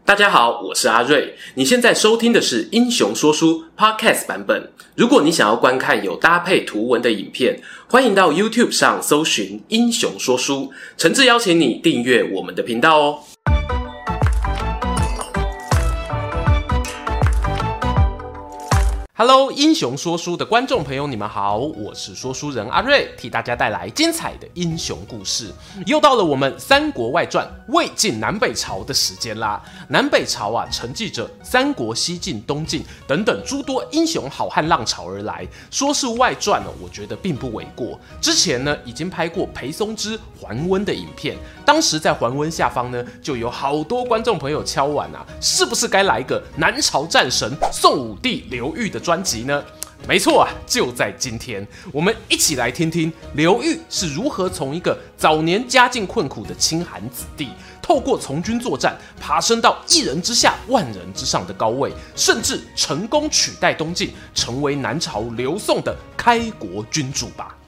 大家好，我是阿瑞。你现在收听的是英雄说书 Podcast 版本。如果你想要观看有搭配图文的影片，欢迎到 YouTube 上搜寻英雄说书，诚挚邀请你订阅我们的频道哦。Hello， 英雄说书的观众朋友，你们好，我是说书人阿瑞，替大家带来精彩的英雄故事。又到了我们《三国外传》魏晋南北朝的时间啦。南北朝啊，承继着三国、西晋、东晋等等诸多英雄好汉浪潮而来，说是外传呢，我觉得并不为过。之前呢，已经拍过裴松之还温的影片，当时在还温下方呢，就有好多观众朋友敲碗啊，是不是该来一个南朝战神宋武帝刘裕的专辑呢？没错啊，就在今天，我们一起来听听刘裕是如何从一个早年家境困苦的清寒子弟，透过从军作战，爬升到一人之下万人之上的高位，甚至成功取代东晋，成为南朝刘宋的开国君主吧。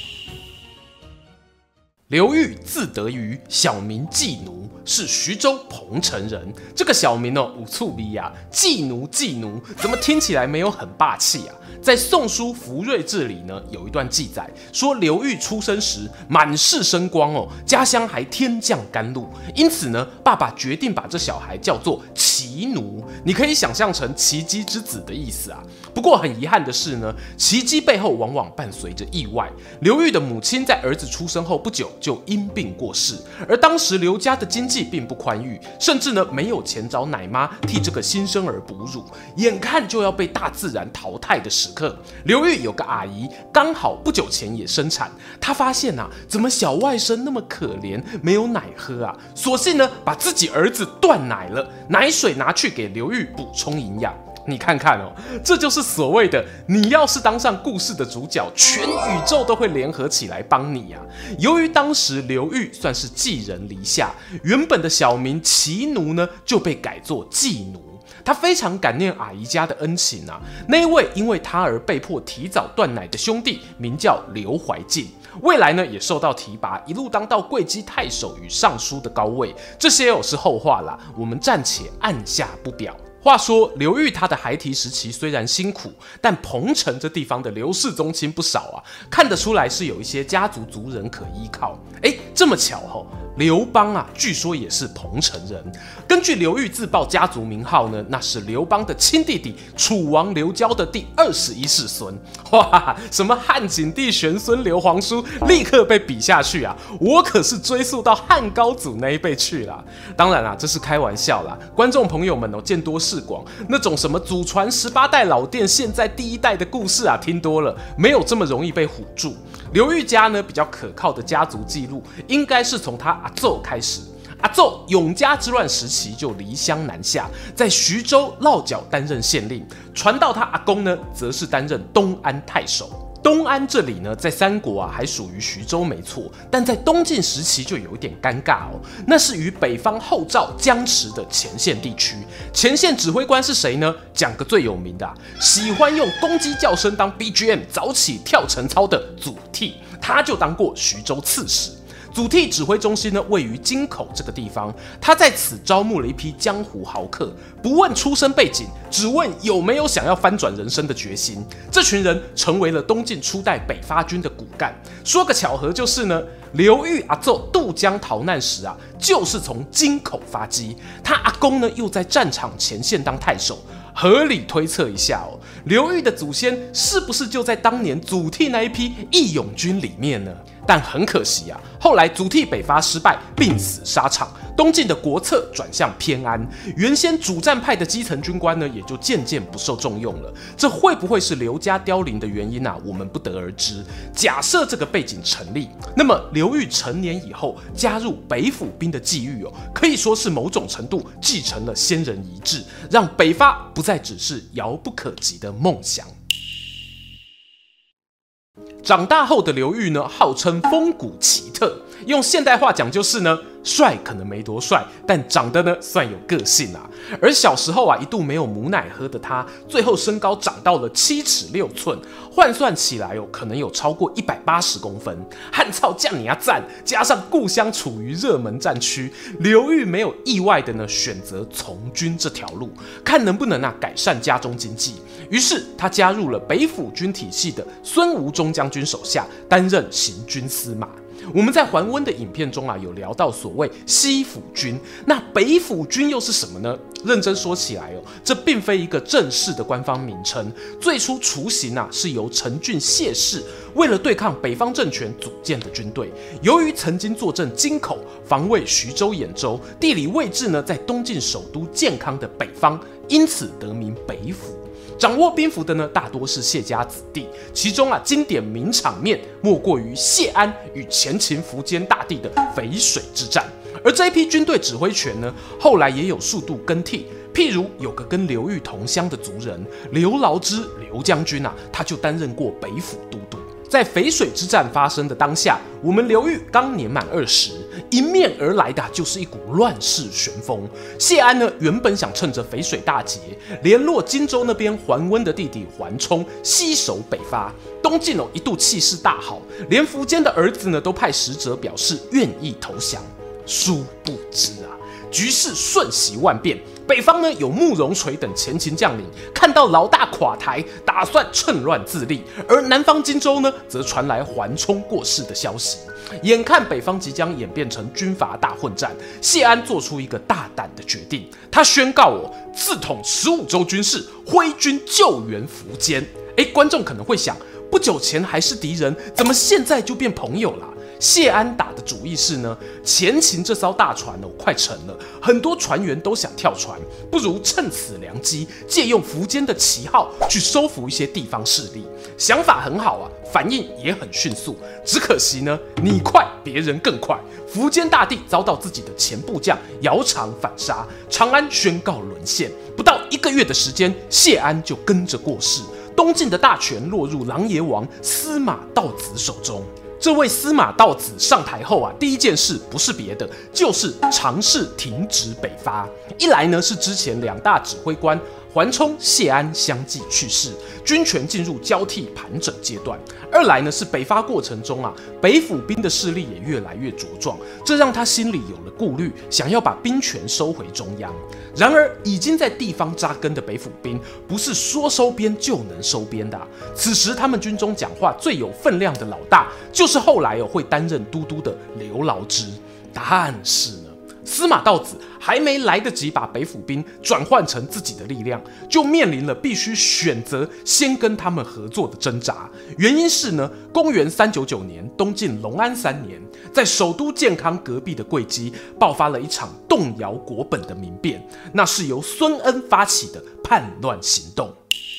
刘裕字德瑜，小名季奴，是徐州彭城人。这个小名有趣味啊，季奴，怎么听起来没有很霸气啊？在《宋书·福瑞志》里呢，有一段记载说，刘裕出生时满是生光哦，家乡还天降甘露，因此呢，爸爸决定把这小孩叫做奇奴，你可以想象成奇迹之子的意思啊。不过很遗憾的是呢，奇迹背后往往伴随着意外。刘裕的母亲在儿子出生后不久就因病过世，而当时刘家的经济并不宽裕，甚至呢没有钱找奶妈替这个新生儿哺乳，眼看就要被大自然淘汰的时刻，刘裕有个阿姨刚好不久前也生产，她发现啊，怎么小外甥那么可怜，没有奶喝啊，索性呢把自己儿子断奶了，奶水拿去给刘裕补充营养。你看看哦，这就是所谓的你要是当上故事的主角，全宇宙都会联合起来帮你啊。由于当时刘裕算是寄人篱下，原本的小名奇奴呢就被改作季奴。他非常感念阿姨家的恩情啊。那一位因为他而被迫提早断奶的兄弟名叫刘怀进，未来呢也受到提拔，一路当到会稽太守与尚书的高位。这些是后话啦，我们暂且按下不表。话说刘裕他的孩提时期虽然辛苦，但彭城这地方的刘氏宗亲不少啊，看得出来是有一些家族族人可依靠。这么巧吼，刘邦啊，据说也是彭城人。根据刘裕自报家族名号呢，那是刘邦的亲弟弟楚王刘交的第21世孙。哇，什么汉景帝玄孙刘皇叔，立刻被比下去啊！我可是追溯到汉高祖那一辈去啦。当然啦，这是开玩笑啦，观众朋友们见多识广，那种什么祖传18代老店，现在第1代的故事啊，听多了，没有这么容易被唬住。刘裕家呢比较可靠的家族记录，应该是从他阿祖开始。阿祖永嘉之乱时期就离乡南下，在徐州落脚担任县令，传到他阿公呢，则是担任东安太守。东安这里呢，在三国啊还属于徐州没错，但在东晋时期就有一点尴尬哦，那是与北方后赵僵持的前线地区。前线指挥官是谁呢？讲个最有名的喜欢用公鸡叫声当 BGM 早起跳晨操的祖逖，他就当过徐州刺史。祖逖指挥中心呢，位于京口这个地方，他在此招募了一批江湖豪客，不问出身背景，只问有没有想要翻转人生的决心。这群人成为了东晋初代北伐军的骨干。说个巧合就是呢，刘裕阿祖渡江逃难时啊，就是从京口发迹，他阿公呢又在战场前线当太守。合理推测一下哦，刘裕的祖先是不是就在当年祖逖那一批义勇军里面呢？但很可惜啊，后来祖逖北伐失败，病死沙场，东晋的国策转向偏安，原先主战派的基层军官呢，也就渐渐不受重用了。这会不会是刘家凋零的原因啊？我们不得而知。假设这个背景成立，那么刘裕成年以后加入北府兵的际遇哦，可以说是某种程度继承了先人遗志，让北伐不再只是遥不可及的梦想。长大后的刘裕呢，号称风骨奇特，用现代话讲就是呢， 帅可能没多帅，但长得呢算有个性啊。而小时候啊一度没有母奶喝的他，最后身高长到了7尺6寸，换算起来可能有超过180公分。汉操酱你啊赞！加上故乡处于热门战区，刘裕没有意外的呢选择从军这条路，看能不能改善家中经济。于是他加入了北府军体系的孙吴中将军手下，担任行军司马。我们在桓温的影片中有聊到所谓西府军，那北府军又是什么呢？认真说起来这并非一个正式的官方名称。最初雏形是由陈俊谢氏为了对抗北方政权组建的军队。由于曾经坐镇京口，防卫徐州、兖州，地理位置呢在东晋首都建康的北方，因此得名北府。掌握兵符的呢，大多是谢家子弟，其中经典名场面莫过于谢安与前秦苻坚大帝的淝水之战。而这一批军队指挥权呢，后来也有数度更替。譬如有个跟刘裕同乡的族人刘牢之刘将军他就担任过北府都督。在淝水之战发生的当下，我们刘裕刚年满20，迎面而来的就是一股乱世旋风。谢安呢，原本想趁着淝水大捷，联络荆州那边桓温的弟弟桓冲，西守北伐。东晋一度气势大好，连苻坚的儿子呢都派使者表示愿意投降。殊不知局势瞬息万变。北方呢有慕容垂等前秦将领看到老大垮台，打算趁乱自立；而南方荆州呢，则传来桓冲过世的消息。眼看北方即将演变成军阀大混战，谢安做出一个大胆的决定，他宣告自统15州军事，挥军救援苻坚。观众可能会想，不久前还是敌人，怎么现在就变朋友了？谢安打的主意是呢，前秦这艘大船快沉了，很多船员都想跳船，不如趁此良机，借用苻坚的旗号去收服一些地方势力。想法很好反应也很迅速，只可惜呢，你快别人更快。苻坚大帝遭到自己的前部将姚苌反杀，长安宣告沦陷。不到1个月的时间，谢安就跟着过世，东晋的大权落入琅琊王司马道子手中。这位司马道子上台后第一件事不是别的，就是尝试停止北伐。一来呢是之前2大指挥官桓冲、谢安相继去世，军权进入交替盘整阶段；二来呢是北伐过程中北府兵的势力也越来越茁壮，这让他心里有了顾虑，想要把兵权收回中央。然而已经在地方扎根的北府兵，不是说收编就能收编的此时他们军中讲话最有分量的老大，就是后来会担任都督的刘牢之。但是呢，司马道子还没来得及把北府兵转换成自己的力量，就面临了必须选择先跟他们合作的挣扎。原因是呢，公元399年，东晋隆安3年，在首都建康隔壁的会稽爆发了一场动摇国本的民变，那是由孙恩发起的叛乱行动。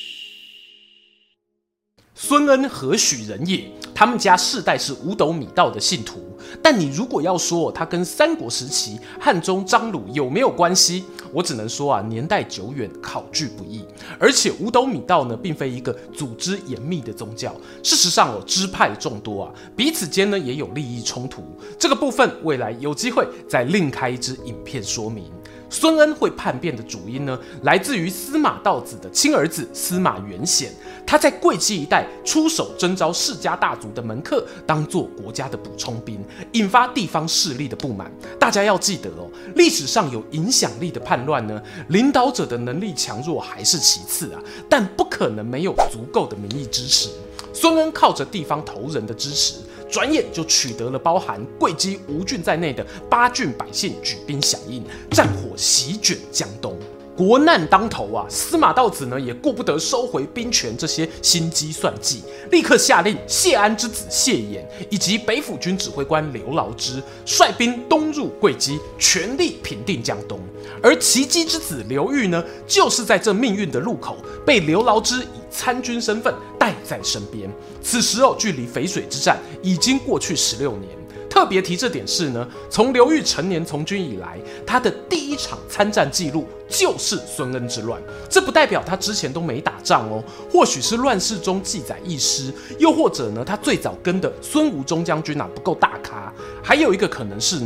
孙恩何许人也？他们家世代是五斗米道的信徒，但你如果要说他跟三国时期汉中张鲁有没有关系，我只能说年代久远，考据不易。而且五斗米道呢，并非一个组织严密的宗教，事实上支派众多彼此间呢也有利益冲突。这个部分未来有机会再另开一支影片说明。孙恩会叛变的主因呢，来自于司马道子的亲儿子司马元显，他在会稽一带出手征召世家大族的门客，当作国家的补充兵，引发地方势力的不满。大家要记得历史上有影响力的叛乱呢，领导者的能力强弱还是其次但不可能没有足够的民意支持。孙恩靠着地方头人的支持，转眼就取得了包含会稽、吴郡在内的8郡百姓举兵响应，战火席卷江东。国难当头司马道子呢也顾不得收回兵权这些心机算计，立刻下令谢安之子谢衍以及北府军指挥官刘牢之率兵东入会稽，全力平定江东。而齐姬之子刘裕呢，就是在这命运的路口被刘牢之以参军身份带在身边。此时距离淝水之战已经过去16年。特别提这点是呢，从刘裕成年从军以来，他的第一场参战记录就是孙恩之乱。这不代表他之前都没打仗或许是乱世中记载易失，又或者呢，他最早跟的孙吴中将军不够大咖。还有一个可能是呢，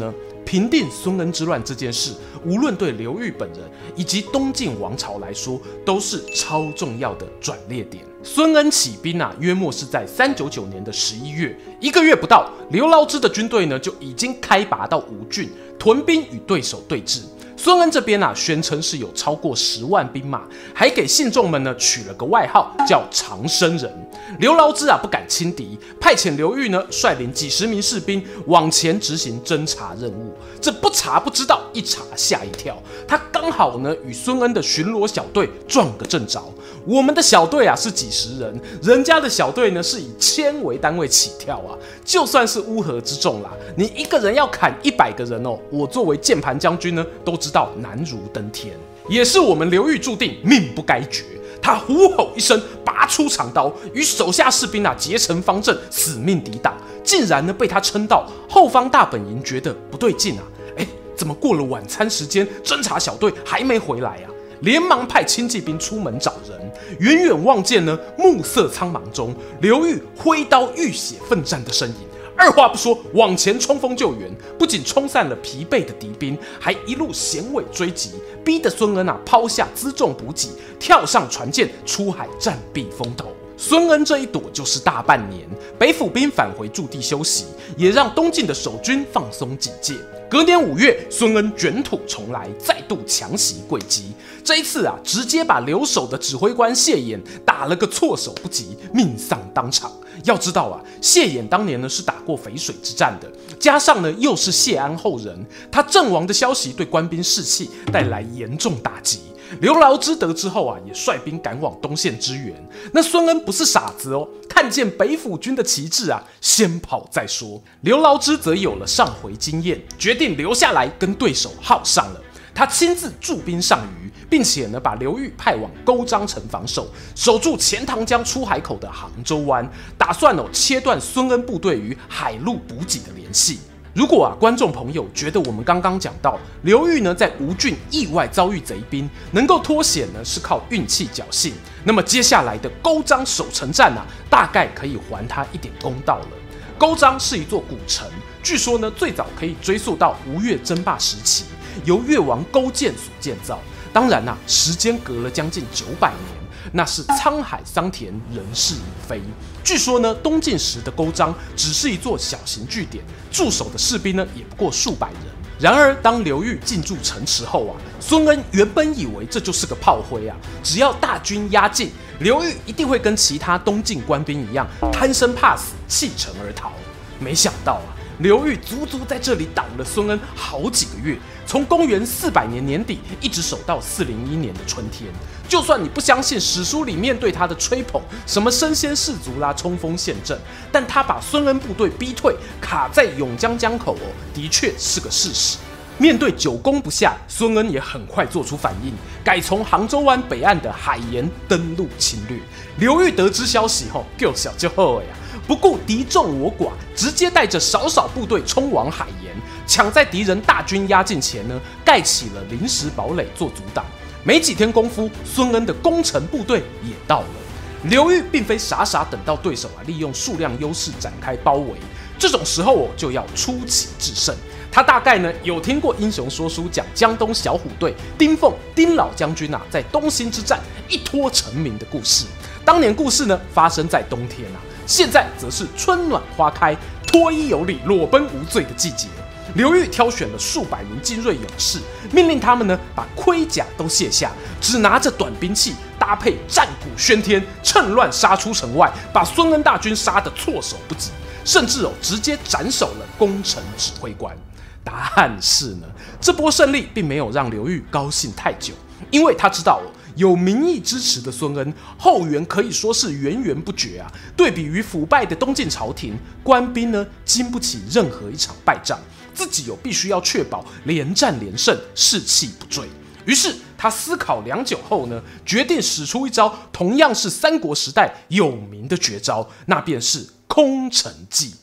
平定孙恩之乱这件事，无论对刘裕本人以及东晋王朝来说，都是超重要的转捩点。孙恩起兵约莫是在399年的11月，1个月不到，刘牢之的军队呢就已经开拔到吴郡，屯兵与对手对峙。孙恩这边宣称是有超过10万兵马，还给信众们呢取了个外号叫长生人。刘牢之不敢轻敌，派遣刘裕呢率领几十名士兵往前执行侦察任务。这不查不知道，一查吓一跳，他刚好呢与孙恩的巡逻小队撞个正着。我们的小队是几十人，人家的小队呢是以千为单位起跳就算是乌合之众啦，你一个人要砍100个人我作为键盘将军呢都知道难如登天。也是我们刘裕注定命不该绝，他呼吼一声，拔出长刀，与手下士兵结成方阵，死命抵挡，竟然呢被他撑到后方大本营，觉得不对劲怎么过了晚餐时间，侦察小队还没回来连忙派轻骑兵出门找人，远远望见呢，暮色苍茫中，刘裕挥刀浴血奋战的身影。二话不说，往前冲锋救援，不仅冲散了疲惫的敌兵，还一路衔尾追击，逼得孙恩抛下辎重补给，跳上船舰出海暂避风头。孙恩这一躲就是大半年，北府兵返回驻地休息，也让东晋的守军放松警戒。隔年5月，孙恩卷土重来，再度强袭会稽。这一次直接把留守的指挥官谢衍打了个措手不及，命丧当场。要知道谢衍当年呢是打过淝水之战的，加上呢又是谢安后人，他阵亡的消息对官兵士气带来严重打击。刘牢之得知后也率兵赶往东线支援。那孙恩不是傻子看见北府军的旗帜先跑再说。刘牢之则有了上回经验，决定留下来跟对手耗上了。他亲自驻兵上虞，并且呢把刘裕派往勾章城防守，守住钱塘江出海口的杭州湾，打算切断孙恩部队与海陆补给的联系。如果观众朋友觉得我们刚刚讲到刘裕呢在吴郡意外遭遇贼兵，能够脱险呢是靠运气侥幸，那么接下来的勾章守城战大概可以还他一点公道了。勾章是一座古城，据说呢最早可以追溯到吴越争霸时期，由越王勾践所建造。当然时间隔了将近900年，那是沧海桑田，人事已非。据说呢，东晋时的勾章只是一座小型据点，驻守的士兵呢也不过数百人。然而，当刘裕进驻城池后孙恩原本以为这就是个炮灰只要大军压境，刘裕一定会跟其他东晋官兵一样贪生怕死，弃城而逃。没想到刘裕足足在这里挡了孙恩好几个月，从公元400年年底一直守到401年的春天。就算你不相信史书里面对他的吹捧，什么身先士卒啦、冲锋陷阵，但他把孙恩部队逼退，卡在永江江口的确是个事实。面对久攻不下，孙恩也很快做出反应，改从杭州湾北岸的海盐登陆侵略。刘裕得知消息后，够小就好呀，不顾敌众我寡，直接带着少少部队冲往海盐，抢在敌人大军压境前呢，盖起了临时堡垒做阻挡。没几天功夫，孙恩的攻城部队也到了。刘裕并非傻傻等到对手利用数量优势展开包围，这种时候就要出奇制胜。他大概呢有听过英雄说书讲江东小虎队丁奉丁老将军在东兴之战一脱成名的故事。当年故事呢发生在冬天现在则是春暖花开、脱衣有礼、裸奔无罪的季节。刘裕挑选了数百名精锐勇士，命令他们呢把盔甲都卸下，只拿着短兵器，搭配战鼓喧天，趁乱杀出城外，把孙恩大军杀得措手不及，甚至直接斩首了攻城指挥官。但是呢，这波胜利并没有让刘裕高兴太久，因为他知道有民意支持的孙恩，后援可以说是源源不绝对比于腐败的东晋朝廷，官兵呢经不起任何一场败仗，自己必须要确保连战连胜，士气不坠。于是他思考良久后呢，决定使出一招同样是三国时代有名的绝招，那便是空城计。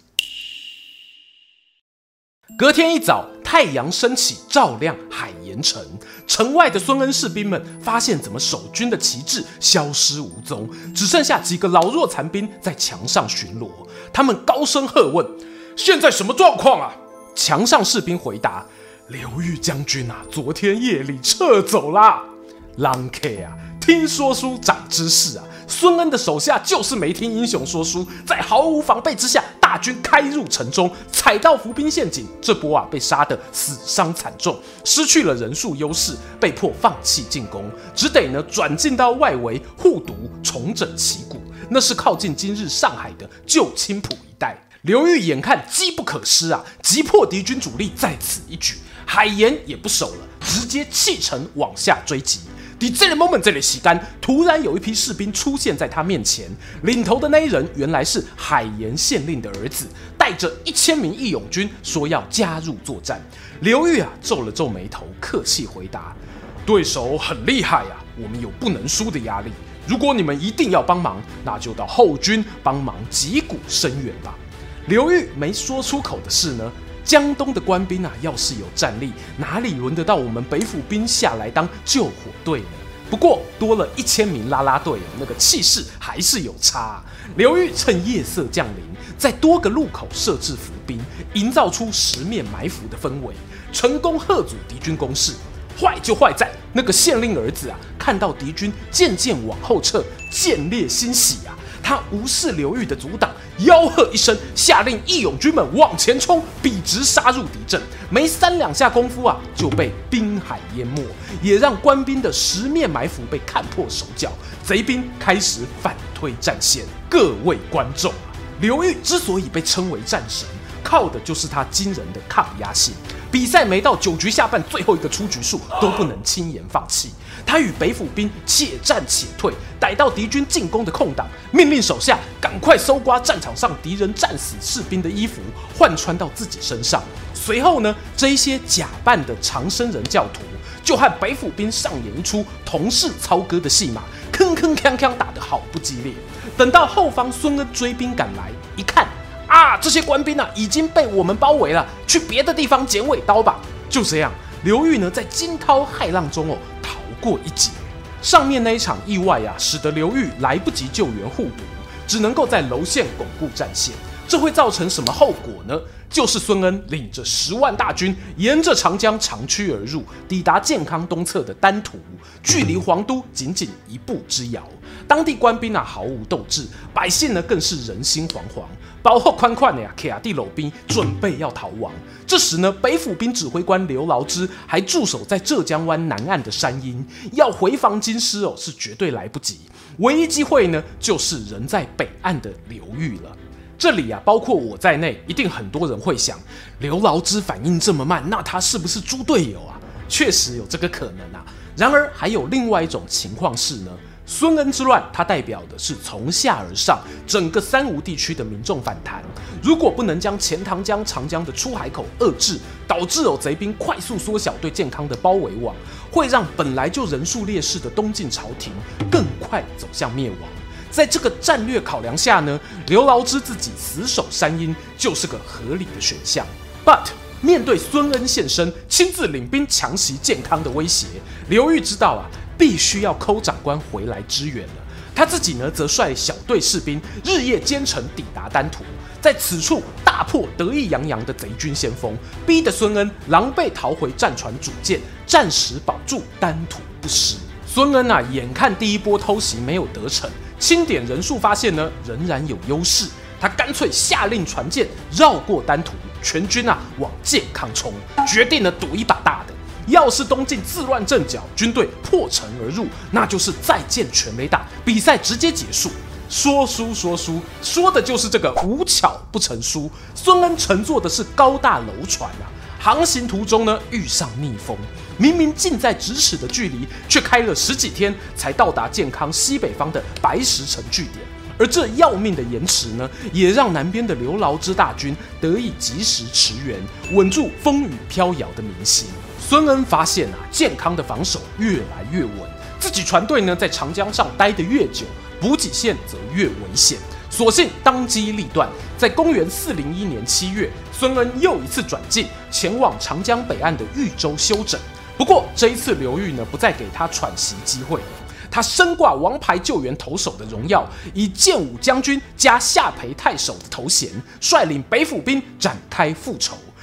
隔天一早，太阳升起，照亮海盐城。城外的孙恩士兵们发现，怎么守军的旗帜消失无踪，只剩下几个老弱残兵在墙上巡逻。他们高声喝问：“现在什么状况啊？” 墙上士兵回答：“刘裕将军啊，昨天夜里撤走啦。”狼 K 啊，听说书长知识啊！孙恩的手下就是没听英雄说书，在毫无防备之下，大军开入城中，踩到伏兵陷阱，这波啊被杀得死伤惨重，失去了人数优势，被迫放弃进攻，只得呢转进到外围护犊，重整旗鼓。那是靠近今日上海的旧青浦一带。刘裕眼看机不可失啊，击破敌军主力在此一举，海盐也不守了，直接弃城往下追击。这个 moment 这里时间，突然有一批士兵出现在他面前，领头的那一人原来是海盐县令的儿子，带着1000名义勇军，说要加入作战。刘裕啊皱了皱眉头，客气回答：“对手很厉害啊，我们有不能输的压力。如果你们一定要帮忙，那就到后军帮忙击鼓声援吧。”刘裕没说出口的是呢，江东的官兵啊，要是有战力，哪里轮得到我们北府兵下来当救火队呢？不过多了1000名啦啦队，那个气势还是有差啊。刘裕趁夜色降临，在多个路口设置伏兵，营造出十面埋伏的氛围，成功吓阻敌军攻势。坏就坏在那个县令儿子啊，看到敌军渐渐往后撤，见猎欣喜啊。他无视刘裕的阻挡，吆喝一声，下令义勇军们往前冲，笔直杀入敌阵。没3两下功夫啊，就被兵海淹没，也让官兵的十面埋伏被看破手脚，贼兵开始反推战线。各位观众啊，刘裕之所以被称为战神，靠的就是他惊人的抗压性。比赛没到9局下半最后一个出局数都不能轻言放弃。他与北府兵且战且退，逮到敌军进攻的空档，命令手下赶快搜刮战场上敌人战死士兵的衣服，换穿到自己身上。随后呢，这一些假扮的长生人教徒就和北府兵上演一出同室操戈的戏码，铿铿锵锵打得好不激烈。等到后方孙恩追兵赶来，一看啊，这些官兵啊已经被我们包围了，去别的地方捡尾刀吧。就这样，刘裕呢在惊涛骇浪中逃过一劫。上面那一场意外啊，使得刘裕来不及救援护犊，只能够在娄县巩固战线。这会造成什么后果呢？就是孙恩领着10万大军，沿着长江长驱而入，抵达健康东侧的丹徒，距离皇都仅仅1步之遥。当地官兵啊毫无斗志，百姓呢更是人心惶惶，包括宽宽的卡地搂兵准备要逃亡。这时呢，北府兵指挥官刘牢之还驻守在浙江湾南岸的山阴，要回防京师是绝对来不及。唯一机会呢，就是人在北岸的刘裕了。这里啊，包括我在内，一定很多人会想，刘牢之反应这么慢，那他是不是猪队友啊？确实有这个可能啊。然而还有另外一种情况是呢，孙恩之乱，它代表的是从下而上，整个三吴地区的民众反弹。如果不能将钱塘江、长江的出海口遏制，导致贼兵快速缩小对健康的包围网，会让本来就人数劣势的东晋朝廷更快走向灭亡。在这个战略考量下呢，刘牢之自己死守山阴就是个合理的选项。But 面对孙恩现身，亲自领兵强袭健康的威胁，刘裕知道啊，必须要抠长官回来支援了。他自己呢，则率小队士兵日夜兼程抵达丹徒，在此处大破得意洋洋的贼军先锋，逼得孙恩狼狈逃回战船主舰，暂时保住丹徒不失。孙恩啊，眼看第一波偷袭没有得逞，清点人数发现呢，仍然有优势，他干脆下令船舰绕过丹徒，全军啊往健康冲，决定了赌一把大的。要是东晋自乱阵脚，军队破城而入，那就是再见全雷打，比赛直接结束。说输，说的就是这个无巧不成书。孙恩乘坐的是高大楼船啊，航行途中呢遇上逆风，明明近在咫尺的距离，却开了10几天才到达健康西北方的白石城据点。而这要命的延迟呢，也让南边的刘牢之大军得以及时驰援，稳住风雨飘摇的民心。孙恩发现啊，健康的防守越来越稳，自己船队呢在长江上待得越久，补给线则越危险。所幸当机立断，在公元401年7月，孙恩又一次转进，前往长江北岸的豫州休整。不过这一次刘裕呢，不再给他喘息机会了。他身挂王牌救援投手的荣耀，以建武将军加下邳太守的头衔，率领北府兵展开复仇。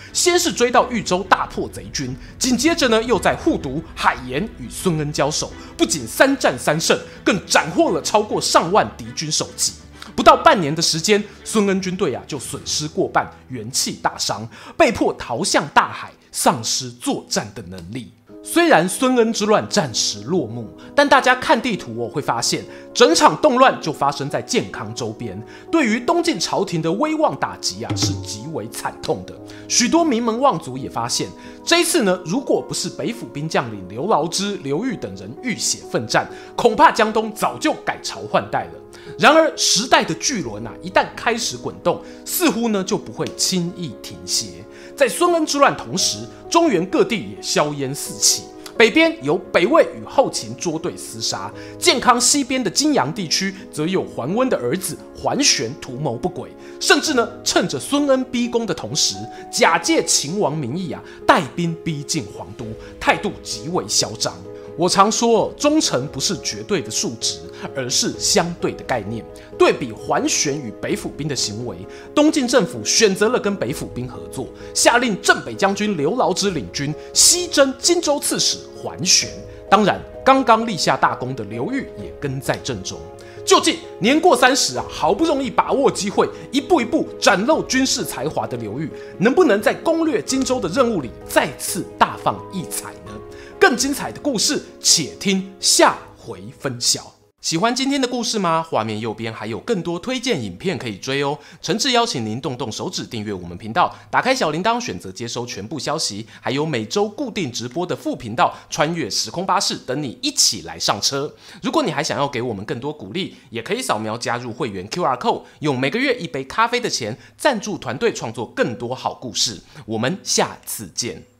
先是追到豫州大破贼军，紧接着呢又在护犊、海盐与孙恩交手，不仅3战3胜，更斩获了超过上万敌军首级。不到半年的时间，孙恩军队就损失过半，元气大伤，被迫逃向大海，丧失作战的能力。虽然孙恩之乱暂时落幕，但大家看地图会发现，整场动乱就发生在建康周边，对于东晋朝廷的威望打击是极为惨痛的。许多名门望族也发现，这一次呢，如果不是北府兵将领刘牢之、刘裕等人浴血奋战，恐怕江东早就改朝换代了。然而，时代的巨轮一旦开始滚动，似乎呢就不会轻易停歇。在孙恩之乱同时，中原各地也硝烟四起。北边有北魏与后秦捉对厮杀，建康西边的荆阳地区则有桓温的儿子桓玄图谋不轨，甚至呢趁着孙恩逼宫的同时，假借秦王名义带兵逼近皇都，态度极为嚣张。我常说，忠诚不是绝对的数值，而是相对的概念。对比桓玄与北府兵的行为，东晋政府选择了跟北府兵合作，下令镇北将军刘牢之领军西征荆州刺史桓玄。当然，刚刚立下大功的刘裕也跟在阵中。究竟年过30好不容易把握机会，一步一步展露军事才华的刘裕，能不能在攻略荆州的任务里再次大放异彩呢？更精彩的故事，且听下回分晓。喜欢今天的故事吗？画面右边还有更多推荐影片可以追哦。诚挚邀请您动动手指订阅我们频道，打开小铃铛，选择接收全部消息，还有每周固定直播的副频道穿越时空巴士等你一起来上车。如果你还想要给我们更多鼓励，也可以扫描加入会员 QR Code， 用每个月1杯咖啡的钱赞助团队创作更多好故事。我们下次见。